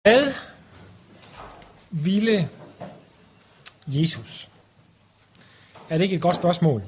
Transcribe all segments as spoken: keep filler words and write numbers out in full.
Hvad ville Jesus? Er det ikke et godt spørgsmål?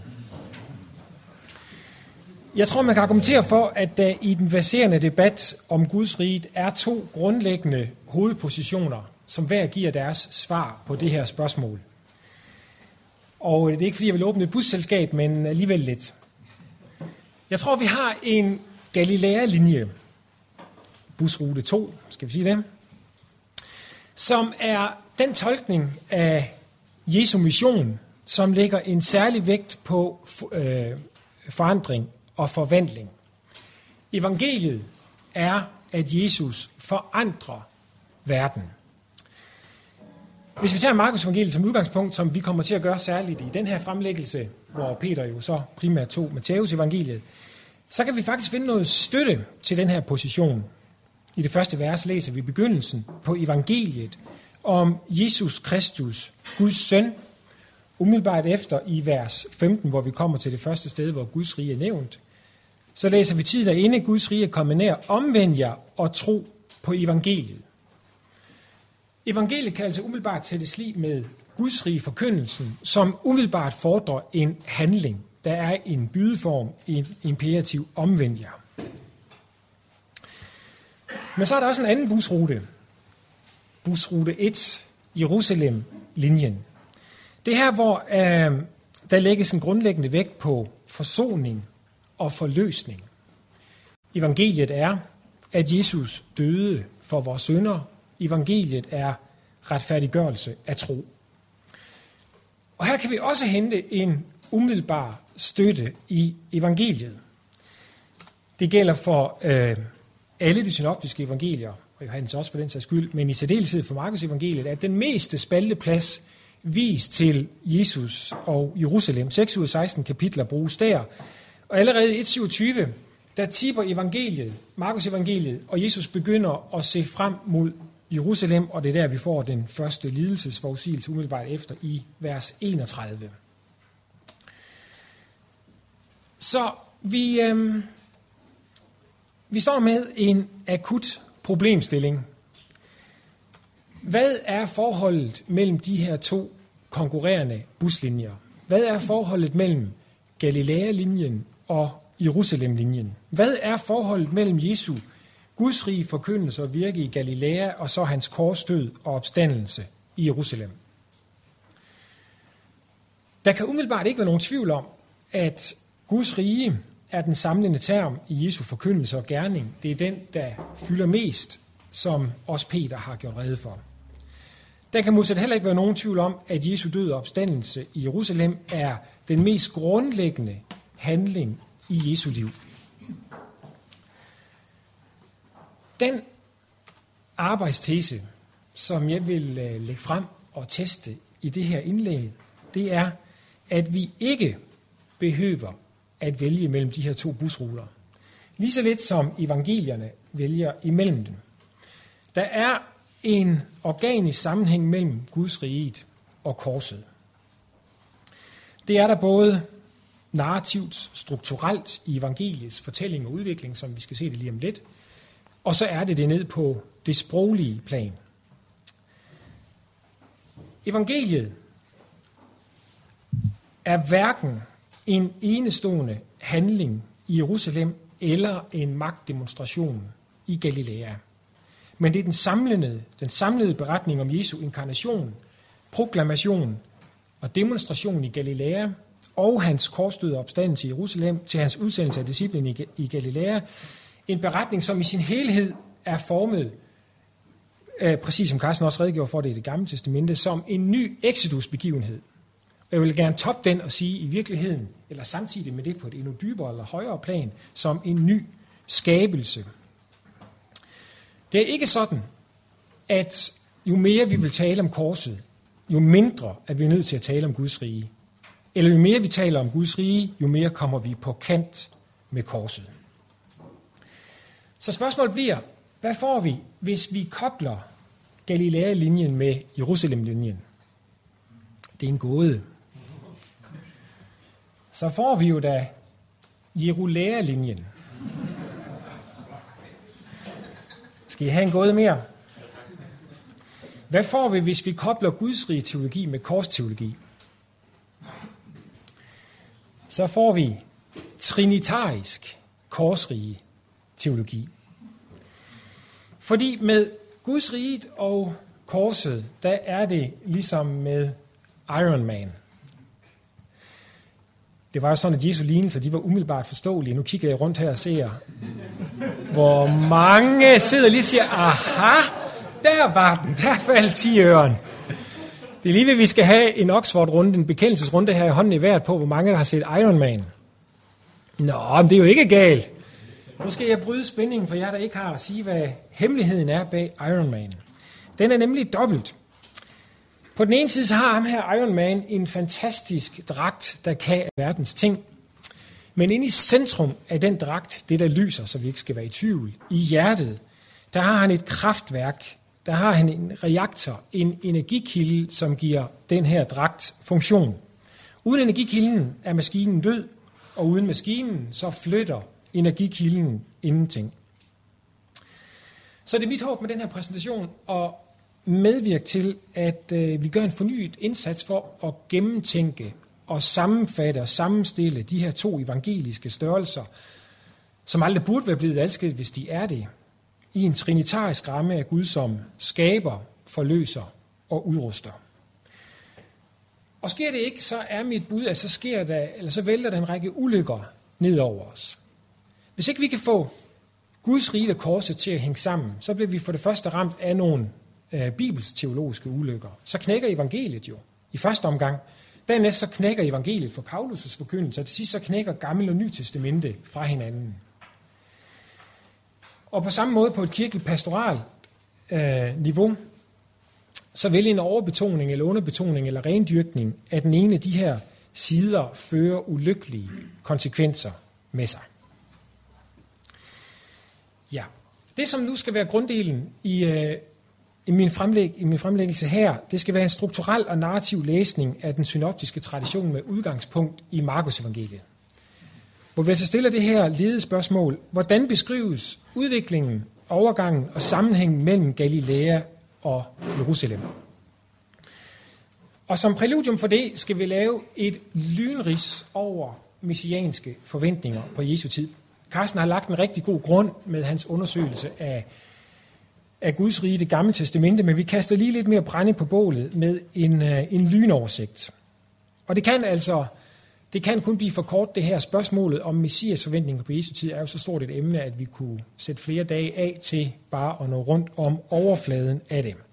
Jeg tror, man kan argumentere for, at der i den verserende debat om Guds rige er to grundlæggende hovedpositioner, som hver giver deres svar på det her spørgsmål. Og det er ikke, fordi jeg vil åbne et busselskab, men alligevel lidt. Jeg tror, vi har en Galilea-linje, busrute to, skal vi sige det, som er den tolkning af Jesu mission, som lægger en særlig vægt på øh, forandring og forvandling. Evangeliet er, at Jesus forandrer verden. Hvis vi tager Markus evangeliet som udgangspunkt, som vi kommer til at gøre særligt i den her fremlæggelse, hvor Peter jo så primært tog Matthæus evangeliet, så kan vi faktisk finde noget støtte til den her position. I det første vers læser vi begyndelsen på evangeliet om Jesus Kristus, Guds søn. Umiddelbart efter i vers femten, hvor vi kommer til det første sted, hvor Guds rige er nævnt, så læser vi tid derinde, Guds rige er kommet nær, omvend jer og tro på evangeliet. Evangeliet kan altså umiddelbart sættes lige med Guds rige forkyndelsen, som umiddelbart fordrer en handling. Der er en bydeform, en imperativ omvend jer. Men så er der også en anden busrute. Busrute et, Jerusalem-linjen. Det er her, hvor øh, der lægges en grundlæggende vægt på forsoning og forløsning. Evangeliet er, at Jesus døde for vores synder. Evangeliet er retfærdiggørelse af tro. Og her kan vi også hente en umiddelbar støtte i evangeliet. Det gælder for øh, alle de synoptiske evangelier, og Johannes også for den sags skyld, men i særdeleshed for Markus evangeliet, at den meste spalteplads vist til Jesus og Jerusalem. seks ud af seksten kapitler bruges der. Og allerede i et syvogtyve, der tipper evangeliet, Markus evangeliet, og Jesus begynder at se frem mod Jerusalem, og det er der, vi får den første lidelsesforudsigelse umiddelbart efter i vers enogtredive. Så vi, øh, vi står med en akut problemstilling. Hvad er forholdet mellem de her to konkurrerende buslinjer? Hvad er forholdet mellem Galilea-linjen og Jerusalem-linjen? Hvad er forholdet mellem Jesu Guds rige forkyndelse og virke i Galilea, og så hans korsdød og opstandelse i Jerusalem? Der kan umiddelbart ikke være nogen tvivl om, at Guds rige er den samlende term i Jesu forkyndelse og gerning. Det er den, der fylder mest, som også Peter har gjort rede for. Der kan modsat heller ikke være nogen tvivl om, at Jesu død og opstandelse i Jerusalem er den mest grundlæggende handling i Jesu liv. Den arbejdstese, som jeg vil lægge frem og teste i det her indlæg, det er, at vi ikke behøver at vælge mellem de her to busruter. Lige så lidt som evangelierne vælger imellem dem. Der er en organisk sammenhæng mellem Guds riget og korset. Det er der både narrativt, strukturelt i evangeliets fortælling og udvikling, som vi skal se det lige om lidt, og så er det det ned på det sproglige plan. Evangeliet er hverken en enestående handling i Jerusalem eller en magtdemonstration i Galilea. Men det er den samlede, den samlede beretning om Jesu inkarnation, proklamation og demonstration i Galilea og hans korsdød og opstandelse i Jerusalem til hans udsendelse af disciplen i Galilea. En beretning, som i sin helhed er formet, øh, præcis som Carsten også redegjorde for det i Det Gamle Testamente, som en ny exodus-begivenhed. Jeg vil gerne toppe den og sige i virkeligheden, eller samtidig med det på et endnu dybere eller højere plan, som en ny skabelse. Det er ikke sådan, at jo mere vi vil tale om korset, jo mindre er vi nødt til at tale om Guds rige. Eller jo mere vi taler om Guds rige, jo mere kommer vi på kant med korset. Så spørgsmålet bliver, hvad får vi, hvis vi kobler Galilea-linjen med Jerusalem-linjen? Det er en gåde. Så får vi jo da Jerulea-linjen. Skal I have en gåde mere? Hvad får vi, hvis vi kobler Guds rige teologi med korsteologi? Så får vi trinitarisk korsrige teologi. Fordi med Guds rige og korset, der er det ligesom med Iron Man. Det var jo sådan, at Jesu lignelser, de var umiddelbart forståelige. Nu kigger jeg rundt her og ser, hvor mange sidder lige og siger, aha, der var den, der faldt tiøren. Det er lige ved, vi skal have en Oxford-runde, en bekendelsesrunde her i hånden i hvert på, hvor mange der har set Iron Man. Nå, men det er jo ikke galt. Nu skal jeg bryde spændingen for jer, der ikke har at sige, hvad hemmeligheden er bag Iron Man. Den er nemlig dobbelt. På den ene side så har ham her Iron Man en fantastisk dragt, der kan verdens ting. Men inde i centrum af den dragt, det der lyser, så vi ikke skal være i tvivl, i hjertet, der har han et kraftværk, der har han en reaktor, en energikilde, som giver den her dragt funktion. Uden energikilden er maskinen død, og uden maskinen så flytter energikilden ingenting. Så det er mit håb med den her præsentation at medvirke til, at øh, vi gør en fornyet indsats for at gennemtænke og sammenfatte og sammenstille de her to evangeliske størrelser, som aldrig burde være blevet adskilt, hvis de er det, i en trinitarisk ramme af Gud, som skaber, forløser og udruster. Og sker det ikke, så er mit bud, at så sker der, eller så vælter der en række ulykker ned over os. Hvis ikke vi kan få Guds rige og korset til at hænge sammen, så bliver vi for det første ramt af nogle øh, bibelsteologiske ulykker. Så knækker evangeliet jo i første omgang. Dernæst så knækker evangeliet for Paulus' forkyndelse, og til sidst så knækker Gammel og Ny Testamente fra hinanden. Og på samme måde på et kirkeligt pastoral øh, niveau, så vil en overbetoning eller underbetoning eller rendyrkning af den ene af de her sider føre ulykkelige konsekvenser med sig. Ja, det som nu skal være grunddelen i, øh, i, min fremlæg, i min fremlæggelse her, det skal være en strukturel og narrativ læsning af den synoptiske tradition med udgangspunkt i Markus evangeliet. Hvor vi så stiller det her ledede spørgsmål: hvordan beskrives udviklingen, overgangen og sammenhængen mellem Galilea og Jerusalem? Og som præludium for det skal vi lave et lynrids over messianske forventninger på Jesu tid. Carsten har lagt en rigtig god grund med hans undersøgelse af, af Guds rige, Det Gamle Testamente, men vi kaster lige lidt mere brænde på bålet med en, en lynoversigt. Og det kan altså det kan kun blive for kort, det her spørgsmålet om Messias forventninger på Jesu tid er jo så stort et emne, at vi kunne sætte flere dage af til bare at nå rundt om overfladen af det.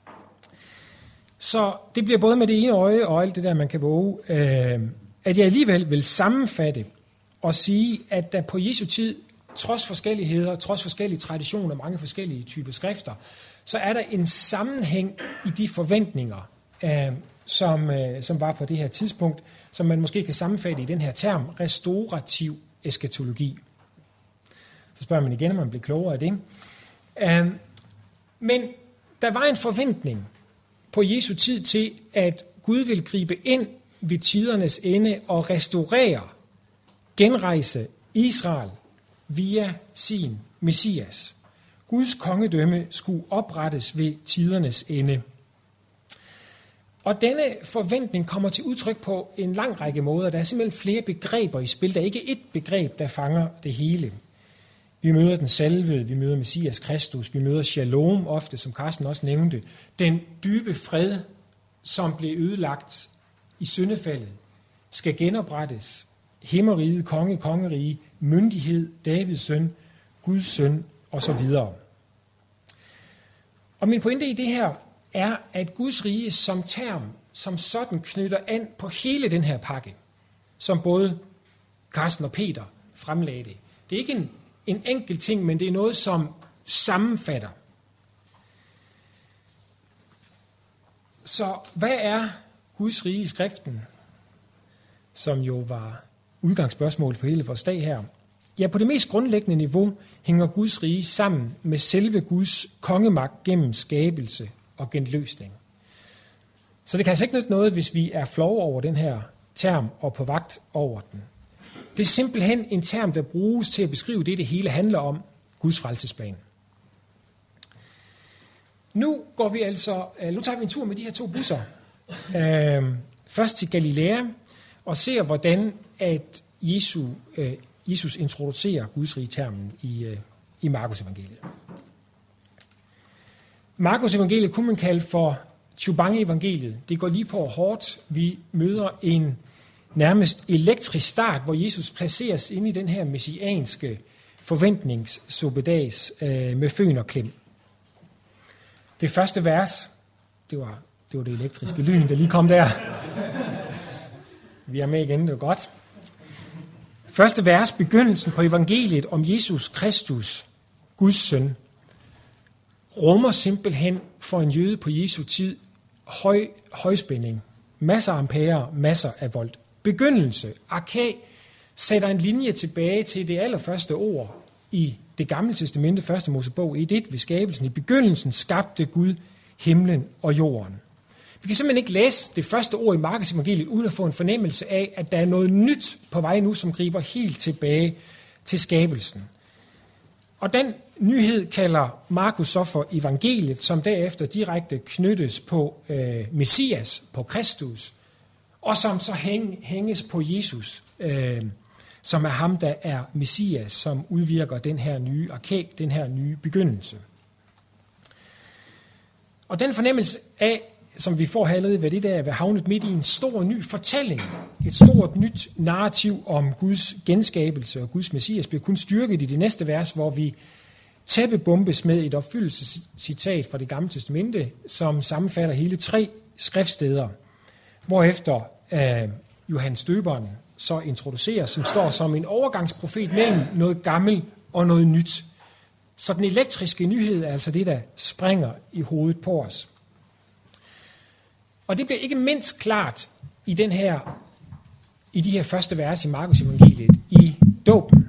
Så det bliver både med det ene øje og alt det der, man kan våge, øh, at jeg alligevel vil sammenfatte og sige, at der på Jesu tid, trods forskelligheder, trods forskellige traditioner, mange forskellige typer skrifter, så er der en sammenhæng i de forventninger, øh, som, øh, som var på det her tidspunkt, som man måske kan sammenfatte i den her term, restaurativ eskatologi. Så spørger man igen, om man bliver klogere af det. Øh, men der var en forventning på Jesu tid til, at Gud vil gribe ind ved tidernes ende og restaurere, genrejse Israel via sin Messias. Guds kongedømme skulle oprettes ved tidernes ende. Og denne forventning kommer til udtryk på en lang række måder. Der er simpelthen flere begreber i spil. Der er ikke ét begreb, der fanger det hele. Vi møder den salvede, vi møder Messias Kristus, vi møder shalom ofte, som Carsten også nævnte. Den dybe fred, som blev ødelagt i syndefaldet, skal genoprettes. Himmeriget, konge, kongerige, myndighed, Davids søn, Guds søn osv. Og min pointe i det her er, at Guds rige som term, som sådan knytter an på hele den her pakke, som både Carsten og Peter fremlagde det. Det er ikke en, en enkelt ting, men det er noget, som sammenfatter. Så hvad er Guds rige i skriften, som jo var udgangsspørgsmål for hele vores dag her? Ja, på det mest grundlæggende niveau hænger Guds rige sammen med selve Guds kongemagt gennem skabelse og genløsning. Så det kan altså ikke nytte noget, hvis vi er flove over den her term og på vagt over den. Det er simpelthen en term, der bruges til at beskrive det, det hele handler om, Guds frelsesplan. nu går vi altså, nu tager vi en tur med de her to busser. Øh, først til Galilea, og ser, hvordan at Jesus, øh, Jesus introducerer Guds rige-termen i, øh, i Markus evangeliet. Markus evangeliet kunne man kalde for Chubange evangeliet. Det går lige på hårdt. Vi møder en nærmest elektrisk start, hvor Jesus placeres inde i den her messianske forventningssuppedags øh, med føn og klem. Det første vers, det var det, var det elektriske lyn, der lige kom der. Vi er med igen, det er godt. Første vers, begyndelsen på evangeliet om Jesus Kristus, Guds søn, rummer simpelthen for en jøde på Jesu tid høj, højspænding, masser af ampere, masser af volt. Begyndelse, arka, sætter en linje tilbage til det allerførste ord i det gamle testamente, første Mosebog, et et ved skabelsen. I begyndelsen skabte Gud himlen og jorden. Vi kan simpelthen ikke læse det første ord i Markus evangeliet, uden at få en fornemmelse af, at der er noget nyt på vej nu, som griber helt tilbage til skabelsen. Og den nyhed kalder Markus så for evangeliet, som derefter direkte knyttes på øh, Messias, på Kristus, og som så hæng, hænges på Jesus, øh, som er ham, der er Messias, som udvirker den her nye arka, den her nye begyndelse. Og den fornemmelse af, som vi får herlede ved det der, at være havnet midt i en stor ny fortælling, et stort nyt narrativ om Guds genskabelse og Guds Messias, bliver kun styrket i det næste vers, hvor vi tæppebombes med et opfyldelsescitat fra det gamle testamente, som sammenfatter hele tre skriftsteder, hvorefter øh, Johannes Døberen så introduceres, som står som en overgangsprofet mellem noget gammelt og noget nyt. Så den elektriske nyhed er altså det, der springer i hovedet på os. Og det bliver ikke mindst klart i, den her, i de her første vers i Markus evangeliet i dåben.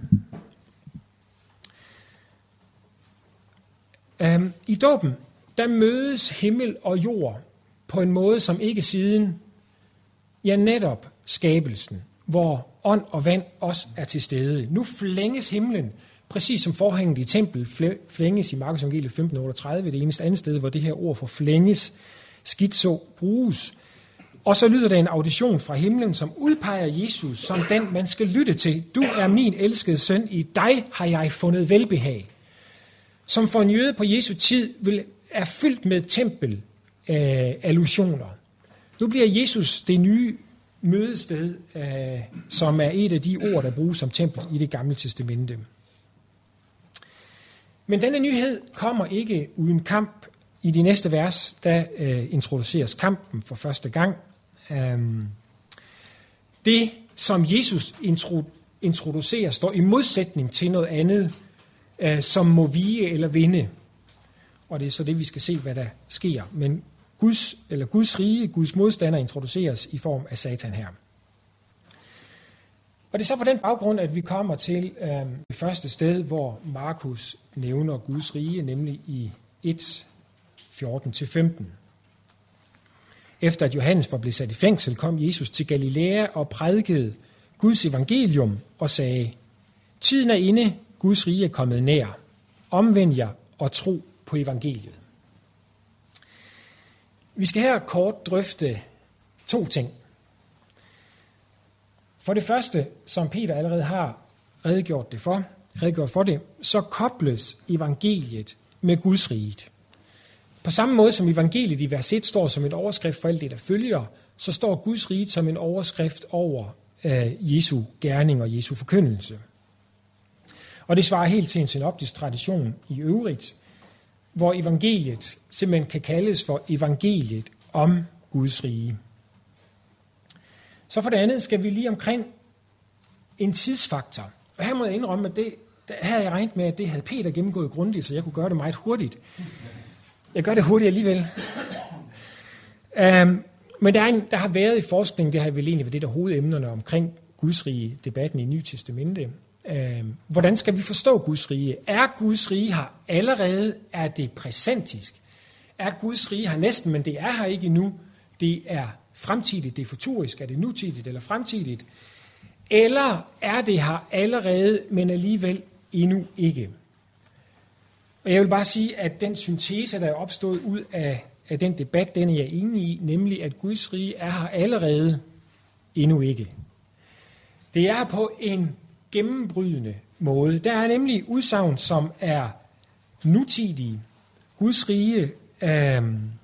Um, I dåben, der mødes himmel og jord på en måde, som ikke siden, ja netop skabelsen, hvor ånd og vand også er til stede. Nu flænges himlen, præcis som forhænget i tempel flænges i Markus evangeliet femten otteogtredive, det eneste andet sted, hvor det her ord for flænges, skidt så bruges. Og så lyder der en audition fra himlen, som udpeger Jesus som den, man skal lytte til. Du er min elskede søn, i dig har jeg fundet velbehag. Som for en jøde på Jesu tid er fyldt med tempel-allusioner. Nu bliver Jesus det nye mødested, øh, som er et af de ord, der bruges som tempel i det gamle testamente. Men denne nyhed kommer ikke uden kamp. I de næste vers, der øh, introduceres kampen for første gang. Um, det, som Jesus intro, introducerer, står i modsætning til noget andet, øh, som må vige eller vinde. Og det er så det, vi skal se, hvad der sker. Men Guds, eller Guds rige, Guds modstander, introduceres i form af Satan her. Og det er så på den baggrund, at vi kommer til øh, det første sted, hvor Markus nævner Guds rige, nemlig i et fjorten til femten. Efter at Johannes var blevet sat i fængsel, kom Jesus til Galilea og prædikede Guds evangelium og sagde, tiden er inde, Guds rige er kommet nær. Omvend jer og tro på evangeliet. Vi skal her kort drøfte to ting. For det første, som Peter allerede har redegjort, det for, redegjort for det, så kobles evangeliet med Guds riget. På samme måde som evangeliet i vers et står som en overskrift for alt det, der følger, så står Guds rige som en overskrift over øh, Jesu gerning og Jesu forkyndelse. Og det svarer helt til en synoptisk tradition i øvrigt, hvor evangeliet simpelthen kan kaldes for evangeliet om Guds rige. Så for det andet skal vi lige omkring en tidsfaktor. Og her må jeg indrømme, at det, der havde jeg regnet med, at det havde Peter gennemgået grundigt, så jeg kunne gøre det meget hurtigt. Jeg gør det hurtigt alligevel. Um, men der, er en, der har været i forskning, det har vel egentlig været det der hovedemnerne omkring Guds rige, debatten i Nye Testamente. Um, hvordan skal vi forstå Guds rige? Er Guds rige her allerede? Er det præsentisk? Er Guds rige her næsten, men det er her ikke endnu? Det er fremtidigt, det er futurisk, er det nutidigt eller fremtidigt? Eller er det her allerede, men alligevel endnu ikke? Og jeg vil bare sige, at den syntese, der er opstået ud af, af den debat, den er jeg enig i, nemlig at Guds rige er her allerede, endnu ikke. Det er her på en gennembrydende måde. Der er nemlig udsagn, som er nutidige. Guds rige, øh,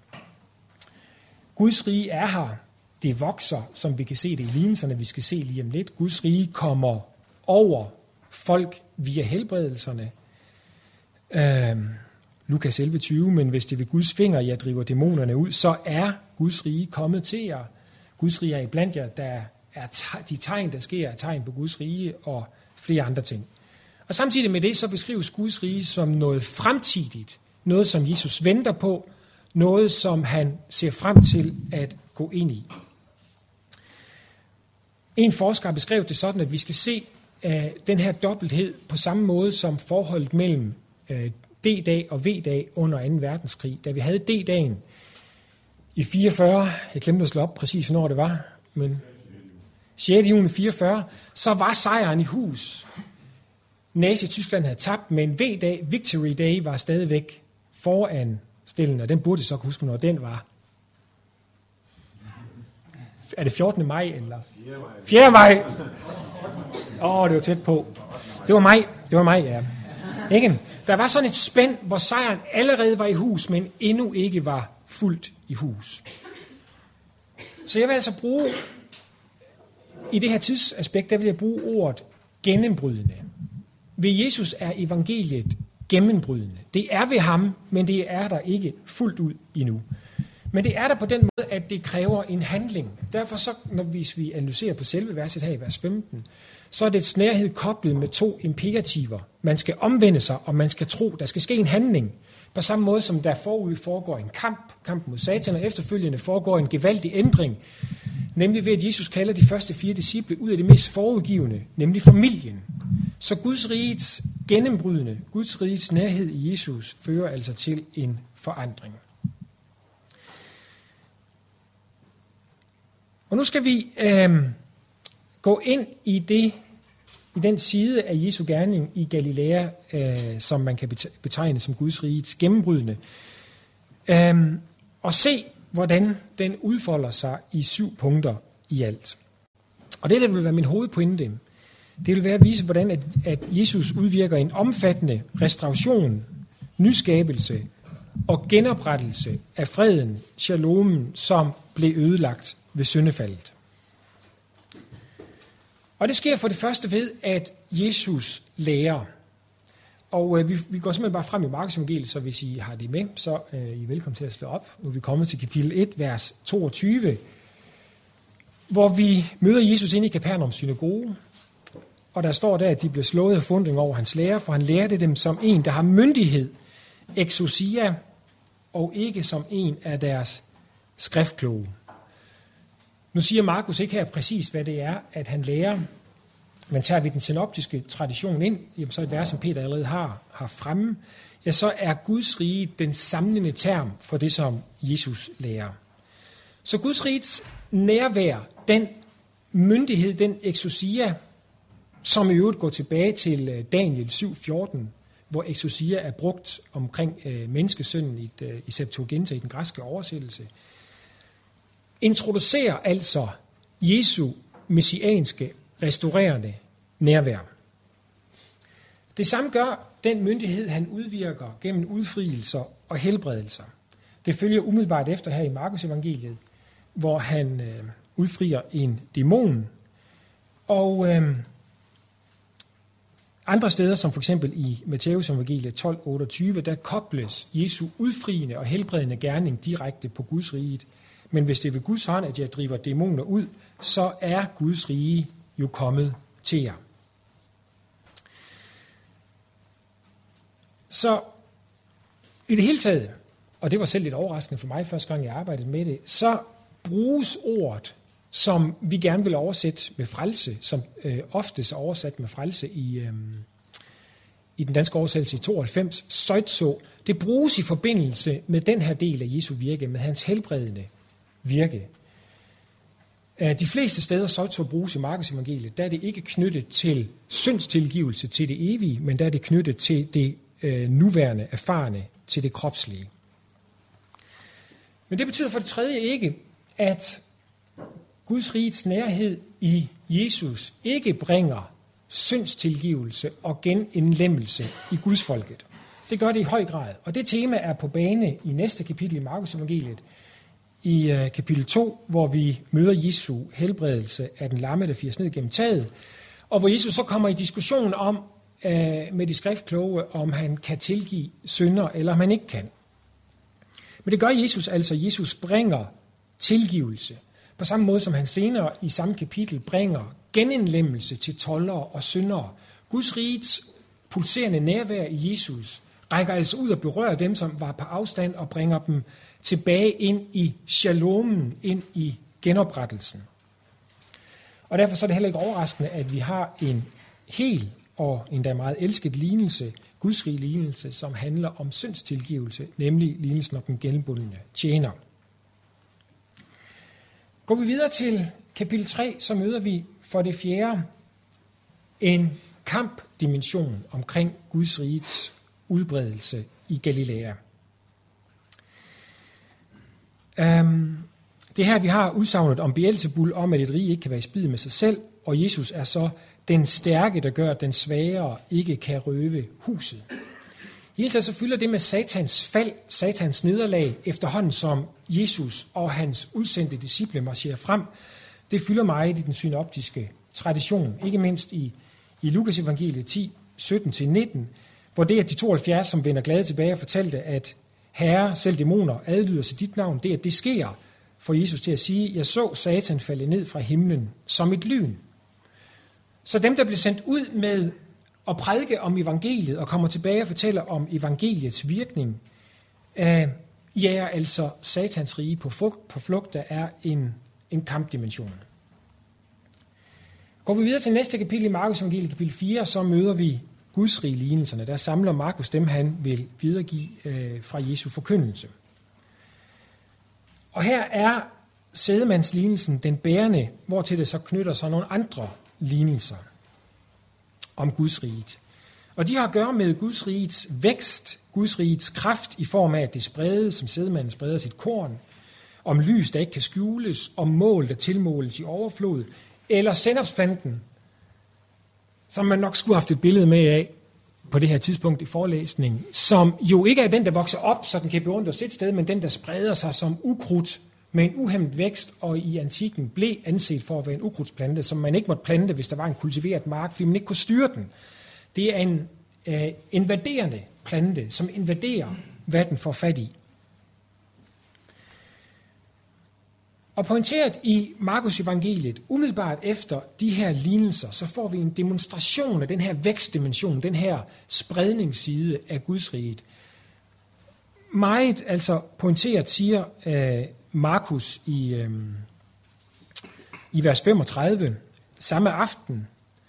Guds rige er her. Det vokser, som vi kan se det i lignelserne, vi skal se lige om lidt. Guds rige kommer over folk via helbredelserne. Øh, Lukas elleve tyve, men hvis det ved Guds finger, jeg driver dæmonerne ud, så er Guds rige kommet til jer. Guds rige er iblandt jer, der er de tegn, der sker, er tegn på Guds rige og flere andre ting. Og samtidig med det, så beskrives Guds rige som noget fremtidigt, noget som Jesus venter på, noget som han ser frem til at gå ind i. En forsker har beskrevet det sådan, at vi skal se uh, den her dobbelthed på samme måde som forholdet mellem uh, D-dag og V-dag under anden verdenskrig. Da vi havde D-dagen i fireogfyrre, jeg glemte at slå op præcis, hvornår det var, men sjette juni fireogfyrre, så var sejren i hus. Nazi-Tyskland havde tabt, men V-dag, Victory Day, var stadigvæk foran stillen, og den burde så kunne huske, når den var. Er det fjortende maj, eller? fjerde maj. Åh, oh, det var tæt på. Det var maj, det var maj, ja. Ikke? Der var sådan et spænd, hvor sejren allerede var i hus, men endnu ikke var fuldt i hus. Så jeg vil altså bruge, i det her tidsaspekt, der vil jeg bruge ordet gennembrydende. Ved Jesus er evangeliet gennembrydende. Det er ved ham, men det er der ikke fuldt ud endnu. Men det er der på den måde, at det kræver en handling. Derfor så, når vi analyserer på selve verset her i vers femten, så er det snærhed koblet med to imperativer. Man skal omvende sig, og man skal tro. Der skal ske en handling. På samme måde som der forud foregår en kamp, kamp mod Satan, og efterfølgende foregår en gevaldig ændring. Nemlig ved, at Jesus kalder de første fire disciple ud af det mest forudgivende, nemlig familien. Så Guds rigets gennembrydende, Guds rigets nærhed i Jesus, fører altså til en forandring. Og nu skal vi øh, gå ind i det, i den side af Jesu gerning i Galilea, øh, som man kan betegne som Guds rigets gennembrydende, øh, og se, hvordan den udfolder sig i syv punkter i alt. Og det, der vil være min hovedpointe, det vil være at vise, hvordan at, at Jesus udvirker en omfattende restauration, nyskabelse og genoprettelse af freden, shalomen, som blev ødelagt ved syndefaldet. Og det sker for det første ved, at Jesus lærer. Og øh, vi, vi går simpelthen bare frem i Markus evangeliet, så hvis I har det med, så øh, I er velkommen til at slå op. Nu er vi kommet til kapitel et, vers toogtyve, hvor vi møder Jesus inde i Kapernaums synagoge. Og der står der, at de blev slået af forundring over hans lærer, for han lærte dem som en, der har myndighed, exousia, og ikke som en af deres skriftkloge. Nu siger Markus ikke her præcis, hvad det er, at han lærer, men tager vi den synoptiske tradition ind, jamen så et vers, som Peter allerede har, har fremme, ja, så er Guds rige den samlende term for det, som Jesus lærer. Så Guds rigets nærvær, den myndighed, den exousia, som i øvrigt går tilbage til Daniel syv fjorten, hvor exousia er brugt omkring øh, menneskesønnen i, et, øh, i Septuaginta, i den græske oversættelse, introducerer altså Jesu messianske, restaurerende nærvær. Det samme gør den myndighed, han udvirker gennem udfrielser og helbredelser. Det følger umiddelbart efter her i Markus evangeliet, hvor han øh, udfrier en dæmon. Og øh, andre steder, som for eksempel i Matthæus evangeliet tolv otteogtyve, der kobles Jesu udfriende og helbredende gerning direkte på Guds riget. Men hvis det er ved Guds hånd, at jeg driver dæmoner ud, så er Guds rige jo kommet til jer. Så i det hele taget, og det var selv lidt overraskende for mig første gang, jeg arbejdede med det, så bruges ordet, som vi gerne vil oversætte med frelse, som øh, oftest er oversat med frelse i, øh, i den danske oversættelse i tooghalvfems, soizo, det bruges i forbindelse med den her del af Jesu virke, med hans helbredende virke. De fleste steder, soizo bruges i Markus evangeliet, der er det ikke knyttet til syndstilgivelse til det evige, men der er det knyttet til det øh, nuværende erfarne til det kropslige. Men det betyder for det tredje ikke, at Guds rigets nærhed i Jesus ikke bringer syndstilgivelse og genindlemmelse i Guds folket. Det gør det i høj grad, og det tema er på bane i næste kapitel i Markus evangeliet, i uh, kapitel to, hvor vi møder Jesu helbredelse af den lamme, der firs ned gennem taget, og hvor Jesus så kommer i diskussion om uh, med de skriftkloge, om han kan tilgive synder, eller om han ikke kan. Men det gør Jesus altså. Jesus bringer tilgivelse, på samme måde som han senere i samme kapitel bringer genindlemmelse til toldere og syndere. Guds rigets pulserende nærvær i Jesus rækker altså ud og berører dem, som var på afstand, og bringer dem tilbage ind i shalomen, ind i genoprettelsen. Og derfor så er det heller ikke overraskende, at vi har en hel og endda meget elsket lignelse, Guds rige lignelse, som handler om syndstilgivelse, nemlig lignelsen om den gældbundne tjener. Går vi videre til kapitel tre, så møder vi for det fjerde en kampdimension omkring Guds rigets udbredelse i Galilea. Um, det her, vi har udsagnet om Beelzebul, om at et rige ikke kan være i splid med sig selv, og Jesus er så den stærke, der gør, at den svagere ikke kan røve huset. I hele taget så fylder det med Satans fald, Satans nederlag, efterhånden som Jesus og hans udsendte disciple marcherer frem. Det fylder meget i den synoptiske tradition, ikke mindst i, i Lukas evangeliet ti, sytten til nitten, hvor det, at de tooghalvfjerds, som vender glade tilbage, fortalte, at Herre, selv dæmoner, adlyder sig dit navn, det at det sker, for Jesus til at sige, jeg så Satan falde ned fra himlen som et lyn. Så dem, der blev sendt ud med at prædike om evangeliet, og kommer tilbage og fortæller om evangeliets virkning, øh, jager altså Satans rige på flugt, på flugt der er en, en kampdimension. Går vi videre til næste kapitel i Markus evangeliet, kapitel fire, så møder vi Guds rige lignelserne. Der samler Markus dem, han vil videregive øh, fra Jesu forkyndelse. Og her er sædemandslignelsen den bærende, hvortil det så knytter sig nogle andre lignelser om Guds riget. Og de har at gøre med Guds rigets vækst, Guds rigets kraft i form af, at det spredes, som sædemanden spreder sit korn, om lys, der ikke kan skjules, om mål, der tilmåles i overflod, eller sennepsplanten, som man nok skulle have haft et billede med af på det her tidspunkt i forelæsningen, som jo ikke er den, der vokser op, så den kan beundres et sted, men den, der spreder sig som ukrudt med en uhæmmet vækst, og i antikken blev anset for at være en ukrudtsplante, som man ikke måtte plante, hvis der var en kultiveret mark, fordi man ikke kunne styre den. Det er en øh, invaderende plante, som invaderer, hvad den får fat i. Og pointeret i Markus evangeliet, umiddelbart efter de her lignelser, så får vi en demonstration af den her vækstdimension, den her spredningsside af Guds riget. Meget altså pointeret siger øh, Markus i, øh, i vers femogtredive, samme aften,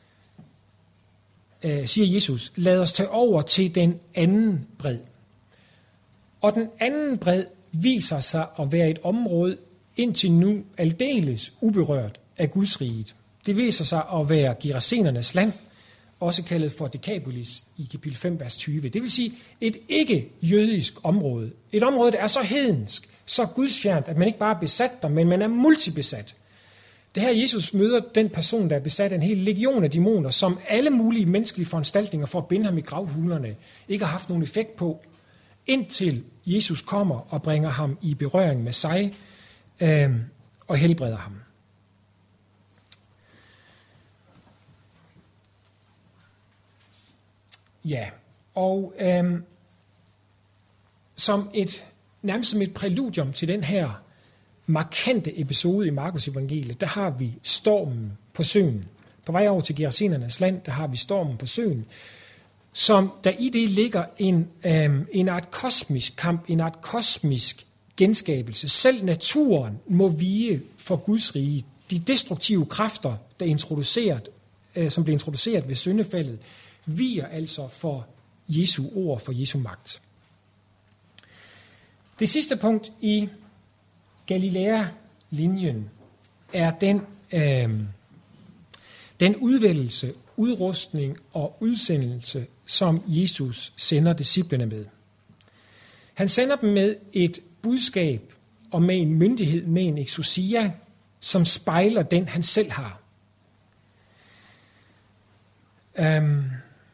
øh, siger Jesus, lad os tage over til den anden bred. Og den anden bred viser sig at være et område, indtil nu aldeles uberørt af Guds riget. Det viser sig at være Gerasenernes land, også kaldet for Decapolis i kapitel fem, vers tyve. Det vil sige et ikke-jødisk område. Et område, der er så hedensk, så gudsfjernt, at man ikke bare er besat der, men man er multibesat. Det her Jesus møder den person, der er besat af en hel legion af dæmoner, som alle mulige menneskelige foranstaltninger for at binde ham i gravhulerne ikke har haft nogen effekt på, indtil Jesus kommer og bringer ham i berøring med sig, Øh, og helbreder ham. Ja, og øh, som et, nærmest som et præludium til den her markante episode i Markus evangeliet, der har vi stormen på søen. På vej over til Gerasenernes land, der har vi stormen på søen, som der i det ligger en, øh, en art kosmisk kamp, en art kosmisk genskabelse. Selv naturen må vige for Guds rige. De destruktive kræfter, der er introduceret, øh, som blev introduceret ved syndefaldet, viger altså for Jesu ord, for Jesu magt. Det sidste punkt i Galilea-linjen er den, øh, den udvælgelse, udrustning og udsendelse som Jesus sender disciplene med. Han sender dem med et budskab og med en myndighed, med en exousia, som spejler den, han selv har. Um,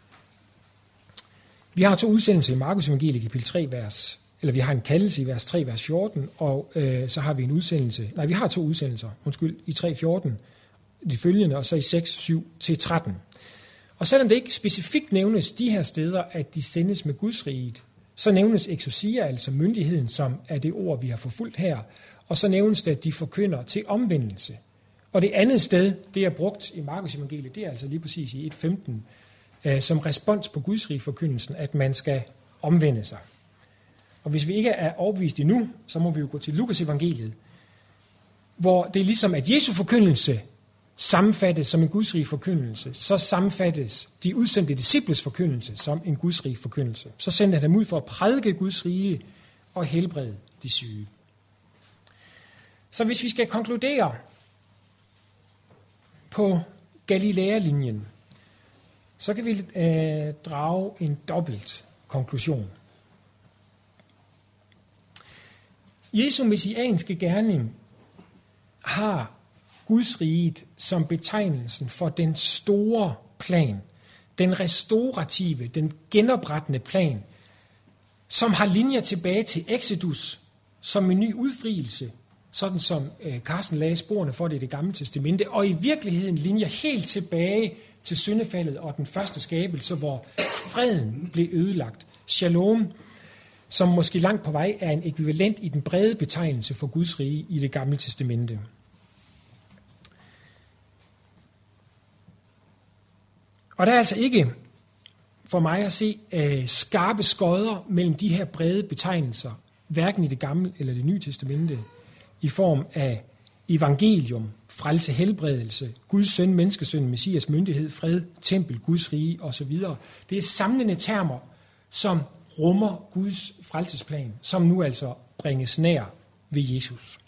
vi har to udsendelser i Markus evangeliet kapitel tre, vers, eller vi har en kaldelse i vers tre, vers fjorten, og øh, så har vi en udsendelse, nej, vi har to udsendelser, undskyld, i tre fjorten, de følgende, og så i seks syv til tretten. Og selvom det ikke specifikt nævnes de her steder, at de sendes med Guds riget, så nævnes exousia, altså myndigheden, som er det ord, vi har forfulgt her, og så nævnes det, at de forkynder til omvendelse. Og det andet sted, det er brugt i Markus evangeliet, det er altså lige præcis i et femten, øh, som respons på Guds rige forkyndelsen, at man skal omvende sig. Og hvis vi ikke er overbevist endnu, så må vi jo gå til Lukas evangeliet, hvor det er ligesom, at Jesu forkyndelse sammenfattes som en gudsrig forkyndelse, så sammenfattes de udsendte disciples forkyndelse som en gudsrig forkyndelse. Så sendte han dem ud for at prædike Guds rige og helbrede de syge. Så hvis vi skal konkludere på Galilea-linjen, så kan vi øh, drage en dobbelt konklusion. Jesu messianske gerning har Guds riget som betegnelsen for den store plan, den restaurative, den genoprettende plan, som har linjer tilbage til Exodus som en ny udfrielse, sådan som øh, Carsten lagde sporene for det i Det Gamle Testamente, og i virkeligheden linjer helt tilbage til syndefaldet og den første skabelse, hvor freden blev ødelagt. Shalom, som måske langt på vej er en ekvivalent i den brede betegnelse for Guds rige i Det Gamle Testamente. Og der er altså ikke for mig at se øh, skarpe skodder mellem de her brede betegnelser, hverken i Det Gamle eller Det Nye Testamente, i form af evangelium, frelse, helbredelse, Guds søn, menneskesøn, messias, myndighed, fred, tempel, Guds rige osv. Det er samlende termer, som rummer Guds frelsesplan, som nu altså bringes nær ved Jesus.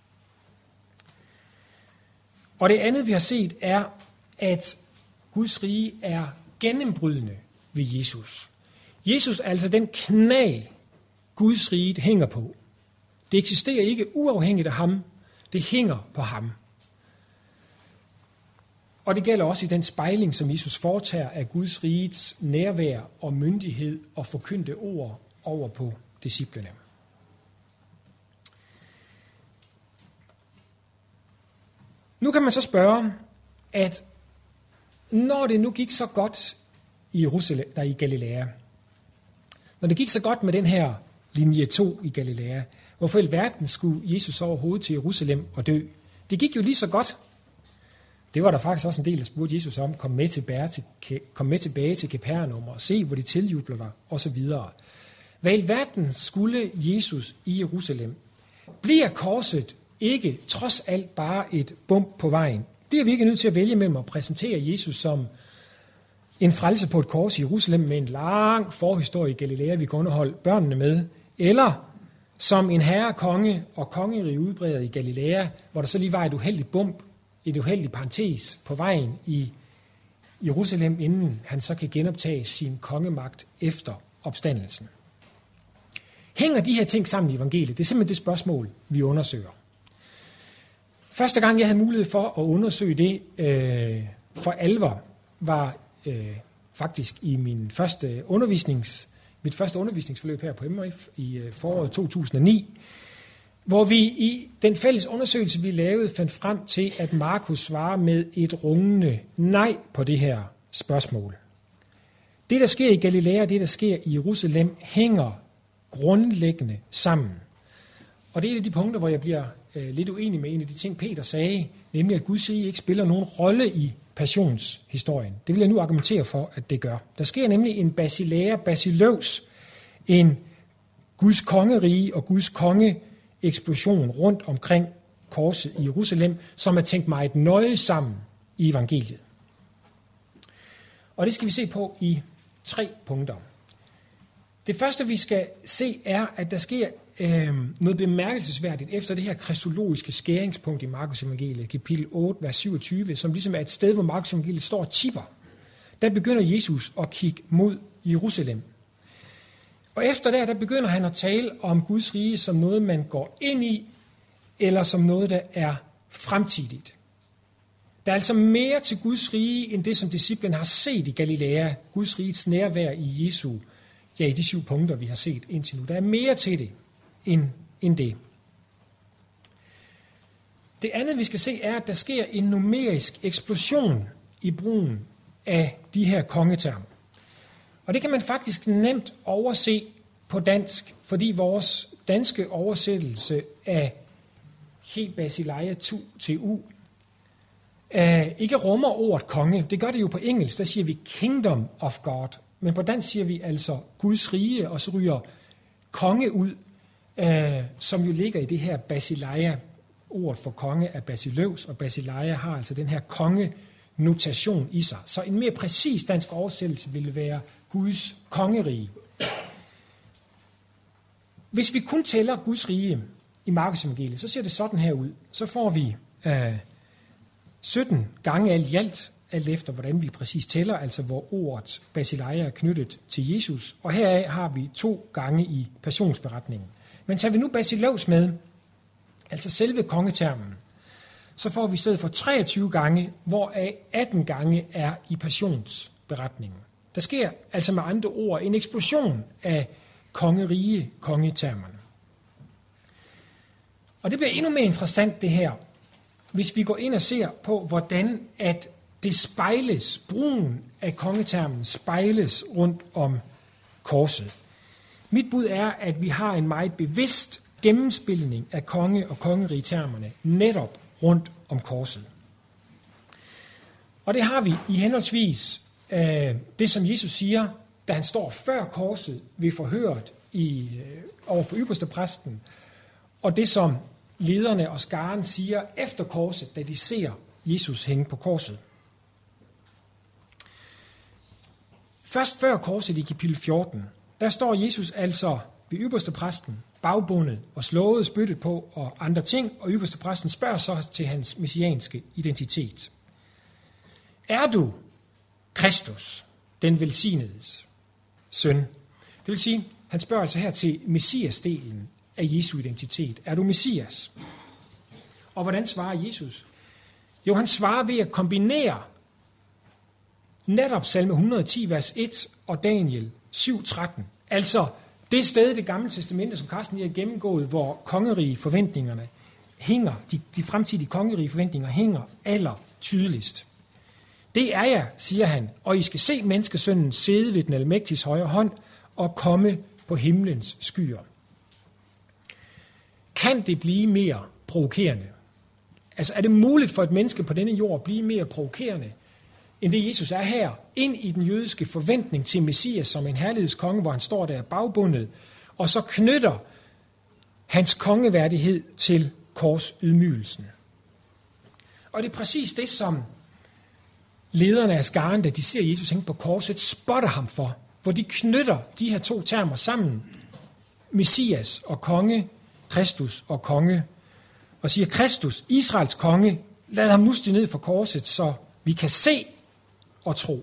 Og det andet, vi har set, er, at Guds rige er gennembrydende ved Jesus. Jesus er altså den knag, Guds rige hænger på. Det eksisterer ikke uafhængigt af ham. Det hænger på ham. Og det gælder også i den spejling, som Jesus foretager af Guds rigets nærvær og myndighed og forkyndte ord over på disciplene. Nu kan man så spørge, at når det nu gik så godt i Jerusalem, der i Galilea, når det gik så godt med den her linje to i Galilea, hvorfor i alverden skulle Jesus overhovedet til Jerusalem og dø? Det gik jo lige så godt. Det var der faktisk også en del, der spurgte Jesus om, kom med tilbage til, kom med tilbage til Kapernaum og se, hvor de tiljubler dig, osv. Hvad i alverden skulle Jesus i Jerusalem? Bliver korset ikke trods alt bare et bump på vejen? Bliver vi ikke nødt til at vælge mellem at præsentere Jesus som en frelse på et kors i Jerusalem med en lang forhistorie i Galilea, vi kan underholde børnene med, eller som en herre, konge og kongerige udbreder i Galilea, hvor der så lige var et uheldigt bump, et uheldigt parentes på vejen i Jerusalem, inden han så kan genoptage sin kongemagt efter opstandelsen. Hænger de her ting sammen i evangeliet? Det er simpelthen det spørgsmål, vi undersøger. Første gang, jeg havde mulighed for at undersøge det øh, for alvor, var øh, faktisk i min første undervisnings, mit første undervisningsforløb her på M R F i øh, foråret to tusind og ni, hvor vi i den fælles undersøgelse, vi lavede, fandt frem til, at Markus svarer med et rungende nej på det her spørgsmål. Det, der sker i Galilea og det, der sker i Jerusalem, hænger grundlæggende sammen. Og det er et af de punkter, hvor jeg bliver øh, lidt uenig med en af de ting, Peter sagde, nemlig at Guds rige ikke spiller nogen rolle i passionshistorien. Det vil jeg nu argumentere for, at det gør. Der sker nemlig en basilære, basiløvs, en Guds kongerige og Guds kongeeksplosion rundt omkring korset i Jerusalem, som er tænkt meget nøje sammen i evangeliet. Og det skal vi se på i tre punkter. Det første, vi skal se, er, at der sker øh, noget bemærkelsesværdigt efter det her kristologiske skæringspunkt i Markus evangeliet, kapitel otte, vers syvogtyve, som ligesom er et sted, hvor Markus evangeliet står og tipper. Der begynder Jesus at kigge mod Jerusalem. Og efter der, der begynder han at tale om Guds rige som noget, man går ind i, eller som noget, der er fremtidigt. Der er altså mere til Guds rige, end det, som disciplen har set i Galilea. Guds rigets nærvær i Jesu, ja, i de syv punkter, vi har set indtil nu. Der er mere til det, end, end det. Det andet, vi skal se, er, at der sker en numerisk eksplosion i brugen af de her kongetermer. Og det kan man faktisk nemt overse på dansk, fordi vores danske oversættelse af He Basileia tu til u uh, ikke rummer ordet konge. Det gør det jo på engelsk, der siger vi Kingdom of God. Men på dansk siger vi altså Guds rige, og så ryger konge ud, uh, som jo ligger i det her Basileia. Ordet for konge er Basileus, og Basileia har altså den her konge-notation i sig. Så en mere præcis dansk oversættelse ville være Guds kongerige. Hvis vi kun tæller Guds rige i Markus evangeliet, så ser det sådan her ud. Så får vi øh, sytten gange alt i alt, alt efter hvordan vi præcis tæller, altså hvor ordet Basileia er knyttet til Jesus. Og heraf har vi to gange i passionsberetningen. Men tager vi nu Basileus med, altså selve kongetermen, så får vi i stedet for treogtyve gange, hvoraf atten gange er i passionsberetningen. Der sker altså med andre ord en eksplosion af kongerige kongetermerne. Og det bliver endnu mere interessant det her, hvis vi går ind og ser på, hvordan at det spejles, brugen af kongetermen spejles rundt om korset. Mit bud er, at vi har en meget bevidst gennemspilning af konge- og kongerige-termerne netop rundt om korset. Og det har vi i henholdsvis øh, det, som Jesus siger, da han står før korset ved forhøret i, øh, over for ypperstepræsten, og det, som lederne og skaren siger efter korset, da de ser Jesus hænge på korset. Først før korset i kapitel fjorten, der står Jesus altså ved ypperstepræsten, bagbundet og slået, spyttet på og andre ting, og ypperstepræsten spørger så til hans messianske identitet. Er du Kristus, den velsignedes søn? Det vil sige, han spørger altså her til Messias-delen af Jesu identitet. Er du Messias? Og hvordan svarer Jesus? Jo, han svarer ved at kombinere netop salme et hundrede og ti, vers et og Daniel syv tretten. Altså det sted i det gamle testamente, som Carsten lige har gennemgået, hvor kongerige forventningerne hænger, de, de fremtidige kongerige forventninger hænger aller tydeligst. Det er jeg, siger han, og I skal se menneskesønnen sidde ved den almægtiges højre hånd og komme på himlens skyer. Kan det blive mere provokerende? Altså er det muligt for et menneske på denne jord at blive mere provokerende, end det Jesus er her, ind i den jødiske forventning til Messias som en herlighedskonge, hvor han står der bagbundet, og så knytter hans kongeværdighed til korsydmygelsen. Og det er præcis det, som lederne af skaren, da de ser Jesus hænge på korset, spotter ham for, hvor de knytter de her to termer sammen, Messias og konge, Kristus og konge, og siger, Kristus, Israels konge, lad ham nu stige ned fra korset, så vi kan se og tro.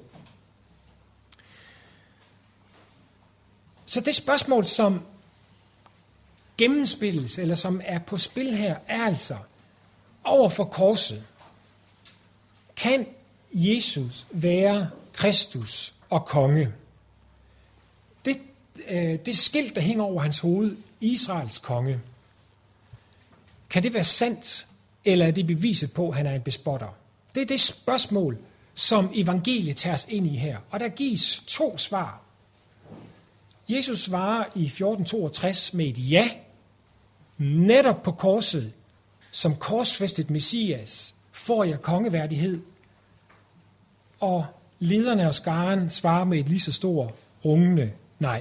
Så det spørgsmål, som gennemspilles, eller som er på spil her, er altså, over for korset, kan Jesus være Kristus og konge? Det, øh, det skilt, der hænger over hans hoved, Israels konge, kan det være sandt, eller er det beviset på, at han er en bespotter? Det er det spørgsmål, som evangeliet tager os ind i her. Og der gives to svar. Jesus svarer i fjorten toogtres med et ja, netop på korset, som korsfæstet Messias, får jeg kongeværdighed. Og lederne og skaren svarer med et lige så stort rungende nej.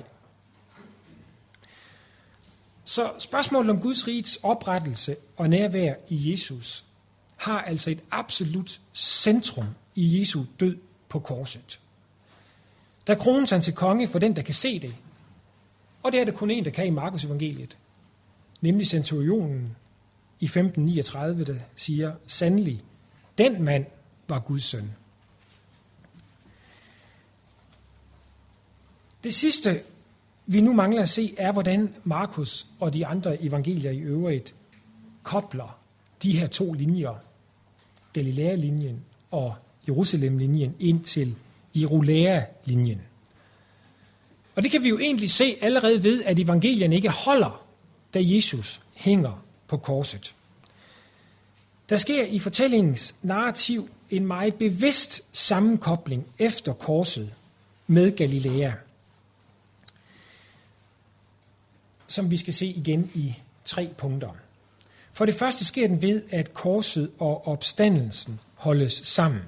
Så spørgsmålet om Guds rigets oprettelse og nærvær i Jesus har altså et absolut centrum i Jesu død på korset. Der krones han til konge for den, der kan se det. Og det er der kun en, der kan i Markus evangeliet. Nemlig centurionen i femten niogtredive, der siger, sandelig, den mand var Guds søn. Det sidste, vi nu mangler at se, er, hvordan Markus og de andre evangelier i øvrigt kobler de her to linjer, Galilea-linjen og Jerusalem-linjen, ind til Jerulea-linjen. Og det kan vi jo egentlig se allerede ved, at evangelierne ikke holder, da Jesus hænger på korset. Der sker i fortællingens narrativ en meget bevidst sammenkobling efter korset med Galilea, som vi skal se igen i tre punkter. For det første sker den ved, at korset og opstandelsen holdes sammen.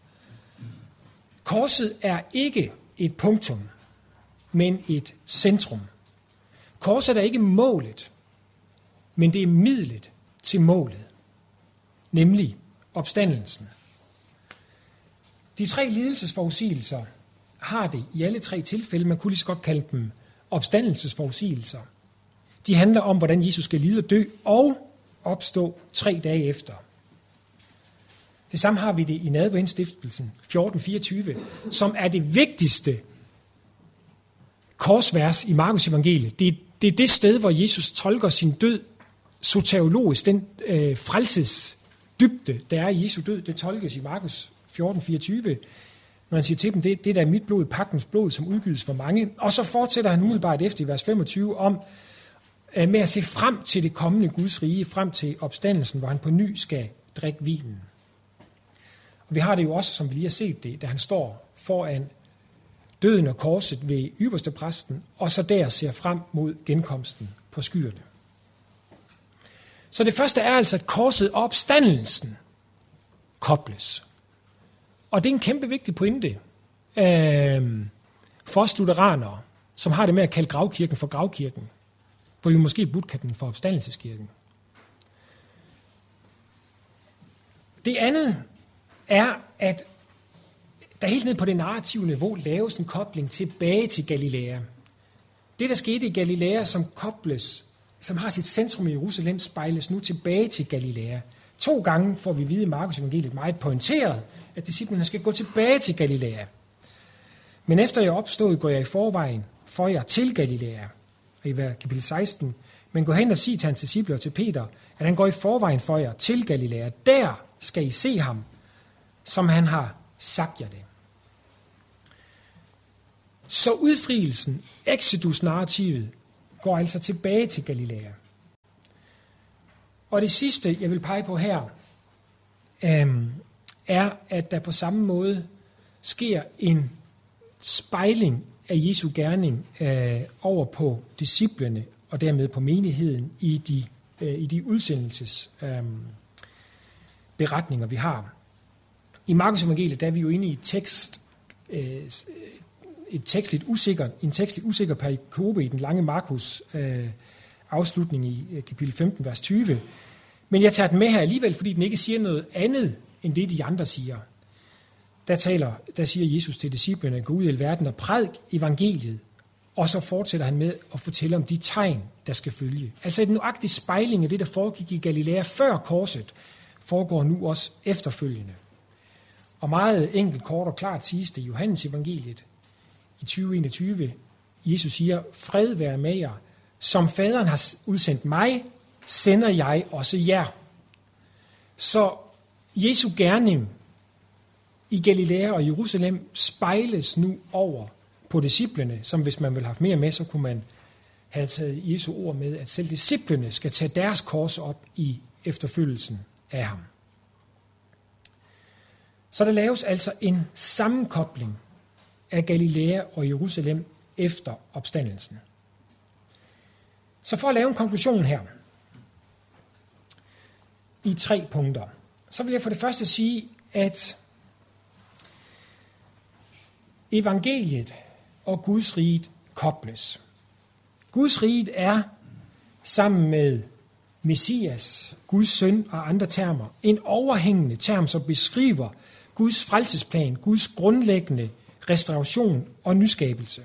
Korset er ikke et punktum, men et centrum. Korset er ikke målet, men det er midlet til målet, nemlig opstandelsen. De tre lidelsesforudsigelser har det i alle tre tilfælde, man kunne lige så godt kalde dem opstandelsesforudsigelser. De handler om, hvordan Jesus skal lide og dø og opstå tre dage efter. Det samme har vi det i nadverindstiftelsen fjorten fireogtyve, som er det vigtigste korsvers i Markus evangeliet. Det, det er det sted, hvor Jesus tolker sin død soteriologisk, den øh, frelses dybde, der er i Jesu død, det tolkes i Markus fjorten fireogtyve, når han siger til dem, det, det der er mit blod, pagtens blod, som udgydes for mange. Og så fortsætter han umiddelbart efter i vers femogtyve om, øh, med at se frem til det kommende Guds rige, frem til opstandelsen, hvor han på ny skal drikke vinen. Og vi har det jo også, som vi lige har set det, da han står foran døden og korset ved ypperstepræsten, og så der ser frem mod genkomsten på skyerne. Så det første er altså, at korset og opstandelsen kobles. Og det er en kæmpe vigtig pointe øh, for os lutheranere, som har det med at kalde gravkirken for gravkirken, hvor vi måske burde kalde den for opstandelseskirken. Det andet er, at der helt ned på det narrative niveau laves en kobling tilbage til Galilea. Det, der skete i Galilea, som kobles, som har sit centrum i Jerusalem, spejles nu tilbage til Galilea. To gange får vi vide i Markus evangeliet meget pointeret, at disciplene skal gå tilbage til Galilea. Men efter jeg er opstået, går jeg i forvejen for jer til Galilea. Og i kapitel seksten, men gå hen og sig til hans disciple og til Peter, at han går i forvejen for jer til Galilea. Der skal I se ham, som han har sagt jer det. Så udfrielsen, Exodus-narrativet, går altså tilbage til Galilea. Og det sidste, jeg vil pege på her, øhm, er, at der på samme måde sker en spejling af Jesu gerning øh, over på disciplene og dermed på menigheden i de, øh, i de udsendelsesberetninger, øh, vi har. I Markus evangeliet, der er vi jo inde i et tekst, øh, et tekstligt usikker, en tekstligt usikker perikope i den lange Markus øh, afslutning i øh, kapitel femten, vers tyve. Men jeg tager den med her alligevel, fordi den ikke siger noget andet, end det de andre siger. Der, taler, der siger Jesus til disciplene, gå ud i verden og prædik evangeliet, og så fortsætter han med at fortælle om de tegn, der skal følge. Altså en nøjagtig spejling af det, der foregik i Galilea før korset, foregår nu også efterfølgende. Og meget enkelt, kort og klart siges det i Johannes evangeliet i tyve enogtyve. Jesus siger, fred være med jer. Som faderen har udsendt mig, sender jeg også jer. Så Jesu gerning i Galilea og Jerusalem spejles nu over på disciplene, som hvis man ville have haft mere med, så kunne man have taget Jesu ord med, at selv disciplene skal tage deres kors op i efterfølgelsen af ham. Så der laves altså en sammenkobling af Galilea og Jerusalem efter opstandelsen. Så for at lave en konklusion her, i tre punkter, så vil jeg for det første sige, at evangeliet og Guds rige kobles. Guds rige er sammen med Messias, Guds søn og andre termer, en overhængende term, som beskriver Guds frelsesplan, Guds grundlæggende restauration og nyskabelse.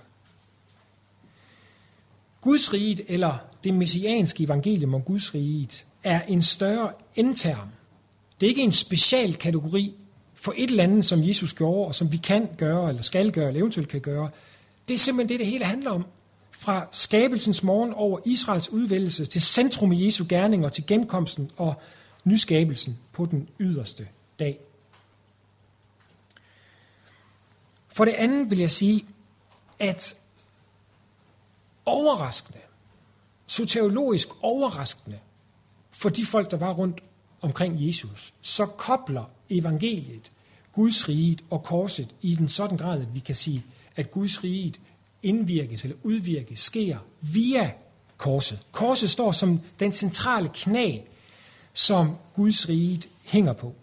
Guds rige, eller det messianske evangelium om Guds rige, er en større endterm. Det er ikke en special kategori for et eller andet, som Jesus gjorde, og som vi kan gøre, eller skal gøre, eller eventuelt kan gøre. Det er simpelthen det, det hele handler om. Fra skabelsens morgen over Israels udvælgelse til centrum i Jesu gerninger, til genkomsten og nyskabelsen på den yderste dag. For det andet vil jeg sige, at overraskende, soteriologisk overraskende, for de folk, der var rundt omkring Jesus, så kobler evangeliet Guds riget og korset i den sådan grad, at vi kan sige, at Guds riget indvirkes eller udvirkes, sker via korset. Korset står som den centrale knæ, som Guds riget hænger på.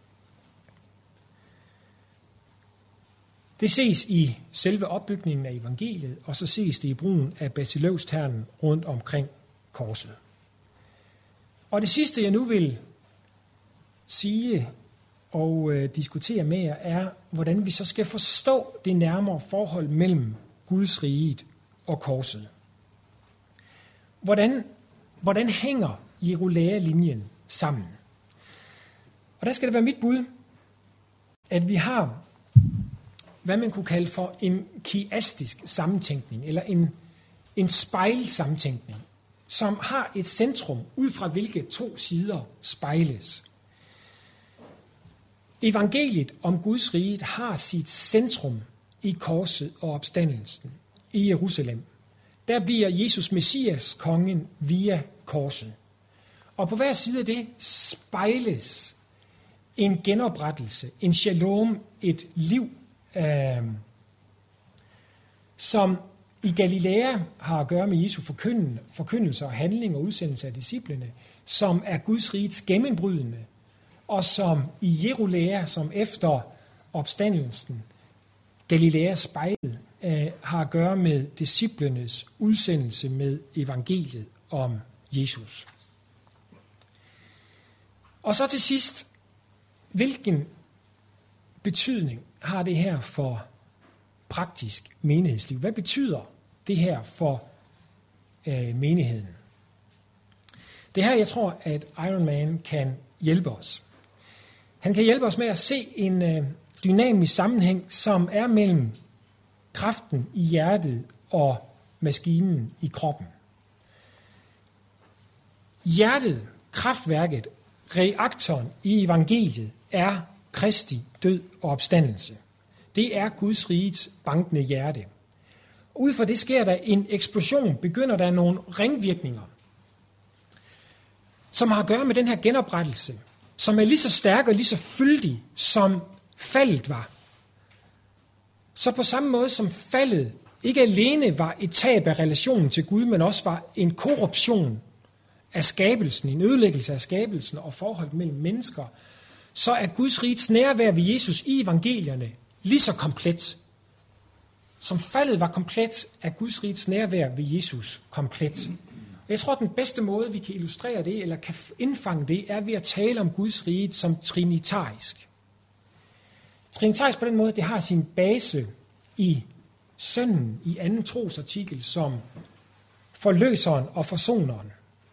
Det ses i selve opbygningen af evangeliet, og så ses det i brugen af basiløvsternen rundt omkring korset. Og det sidste, jeg nu vil sige og øh, diskutere med jer, er, hvordan vi så skal forstå det nærmere forhold mellem Guds riget og korset. Hvordan, hvordan hænger Jerusalem-linjen sammen? Og der skal det være mit bud, at vi har, hvad man kunne kalde for en kiastisk sammentænkning, eller en, en spejlsammentænkning, som har et centrum, ud fra hvilke to sider spejles. Evangeliet om Guds rige har sit centrum i korset og opstandelsen i Jerusalem. Der bliver Jesus Messias kongen via korset. Og på hver side af det spejles en genoprettelse, en shalom, et liv, øh, som i Galilea har at gøre med Jesu forkyndelse og handling og udsendelse af disciplene, som er Guds riges gennembrydende, og som i Jerusalem, som efter opstandelsen, Galileas spejl, øh, har at gøre med disciplenes udsendelse med evangeliet om Jesus. Og så til sidst, hvilken betydning har det her for praktisk menighedsliv? Hvad betyder det her for øh, menigheden? Det her, jeg tror, at Iron Man kan hjælpe os. Han kan hjælpe os med at se en øh, dynamisk sammenhæng, som er mellem kraften i hjertet og maskinen i kroppen. Hjertet, kraftværket, reaktoren i evangeliet er Kristi død og opstandelse. Det er Guds rigets bankende hjerte. Ud fra det sker der en eksplosion, begynder der nogle ringvirkninger, som har at gøre med den her genoprettelse, som er lige så stærk og lige så fyldig, som faldet var. Så på samme måde som faldet ikke alene var et tab af relationen til Gud, men også var en korruption af skabelsen, en ødelæggelse af skabelsen og forholdet mellem mennesker, så er Guds rigets nærvær ved Jesus i evangelierne lige så komplet. Som faldet var komplet, er Guds rigets nærvær ved Jesus komplet. Jeg tror, at den bedste måde, vi kan illustrere det, eller kan indfange det, er ved at tale om Guds rige som trinitarisk. Trinitarisk på den måde, det har sin base i sønnen i anden trosartikel som forløseren og forsoneren.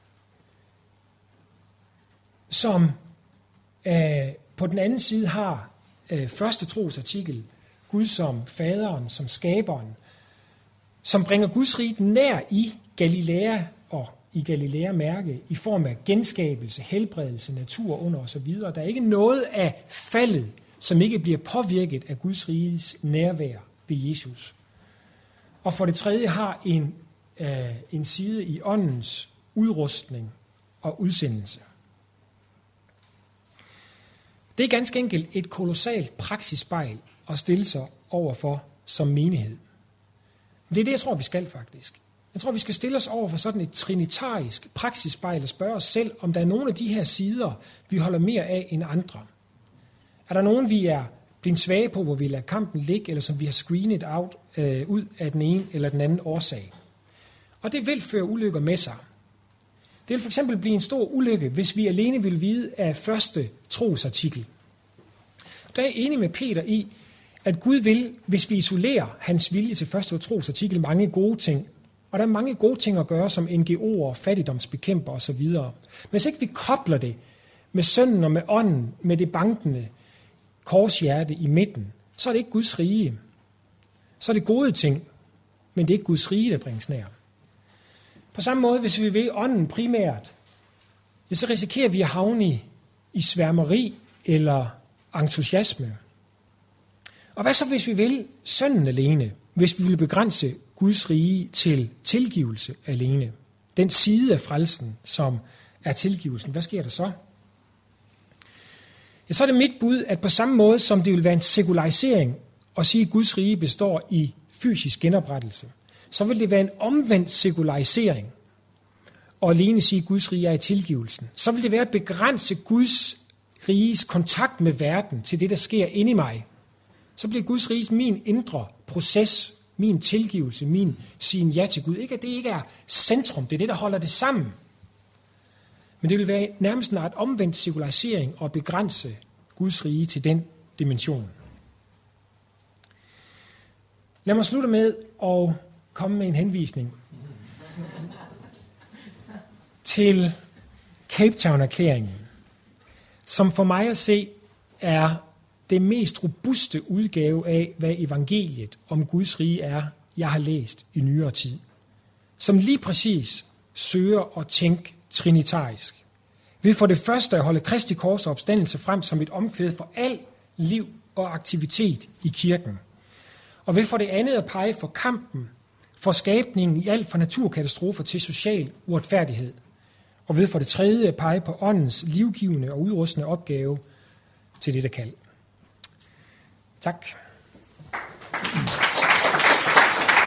Som øh, på den anden side har øh, første trosartikel Gud som faderen, som skaberen, som bringer Guds rige nær i Galilea og i Galilea mærke i form af genskabelse, helbredelse, natur under osv. Der er ikke noget af faldet, som ikke bliver påvirket af Guds riges nærvær ved Jesus. Og for det tredje har en, øh, en side i åndens udrustning og udsendelse. Det er ganske enkelt et kolossalt praksisspejl at stille sig overfor som menighed. Men det er det, jeg tror, vi skal faktisk. Jeg tror, vi skal stille os over for sådan et trinitarisk praksisspejl og spørge os selv, om der er nogle af de her sider, vi holder mere af end andre. Er der nogen, vi er blevet svage på, hvor vi lader kampen ligge, eller som vi har screenet out, øh, ud af den ene eller den anden årsag? Og det vil føre ulykker med sig. Det vil for eksempel blive en stor ulykke, hvis vi alene vil vide af første trosartikel. Der er jeg enig med Peter i, at Gud vil, hvis vi isolerer hans vilje til første trosartikel, mange gode ting. Og der er mange gode ting at gøre, som N G O'er, fattigdomsbekæmper osv. Men hvis ikke vi kobler det med sønnen og med ånden, med det bankende korshjerte i midten, så er det ikke Guds rige. Så er det gode ting. men det er ikke Guds rige, der bringes nær. På samme måde, hvis vi vil ånden primært, ja, så risikerer vi at havne i, i sværmeri eller entusiasme. Og hvad så, hvis vi vil sønnen alene? Hvis vi vil begrænse Guds rige til tilgivelse alene? Den side af frelsen, som er tilgivelsen. Hvad sker der så? Ja, så er det mit bud, at på samme måde som det vil være en sekularisering at sige, at Guds rige består i fysisk genoprettelse, så vil det være en omvendt sekularisering og alene sige, at Guds rige er i tilgivelsen. Så vil det være at begrænse Guds riges kontakt med verden til det, der sker inde i mig. Så bliver Guds rige min indre proces, min tilgivelse, min sin ja til Gud. Ikke at det ikke er centrum, det er det, der holder det sammen. Men det vil være nærmest en art omvendt sekularisering og begrænse Guds rige til den dimension. Lad mig slutte med at komme med en henvisning til Cape Town-erklæringen, som for mig at se er det mest robuste udgave af, hvad evangeliet om Guds rige er, jeg har læst i nyere tid. Som lige præcis søger at tænke trinitarisk. Ved for det første at holde Kristi kors og opstandelse frem som et omkvæd for al liv og aktivitet i kirken. Og ved for det andet at pege for kampen, for skabningen i alt fra naturkatastrofer til social uretfærdighed. Og ved for det tredje at pege på åndens livgivende og udrustende opgave til det, der kald. Tak.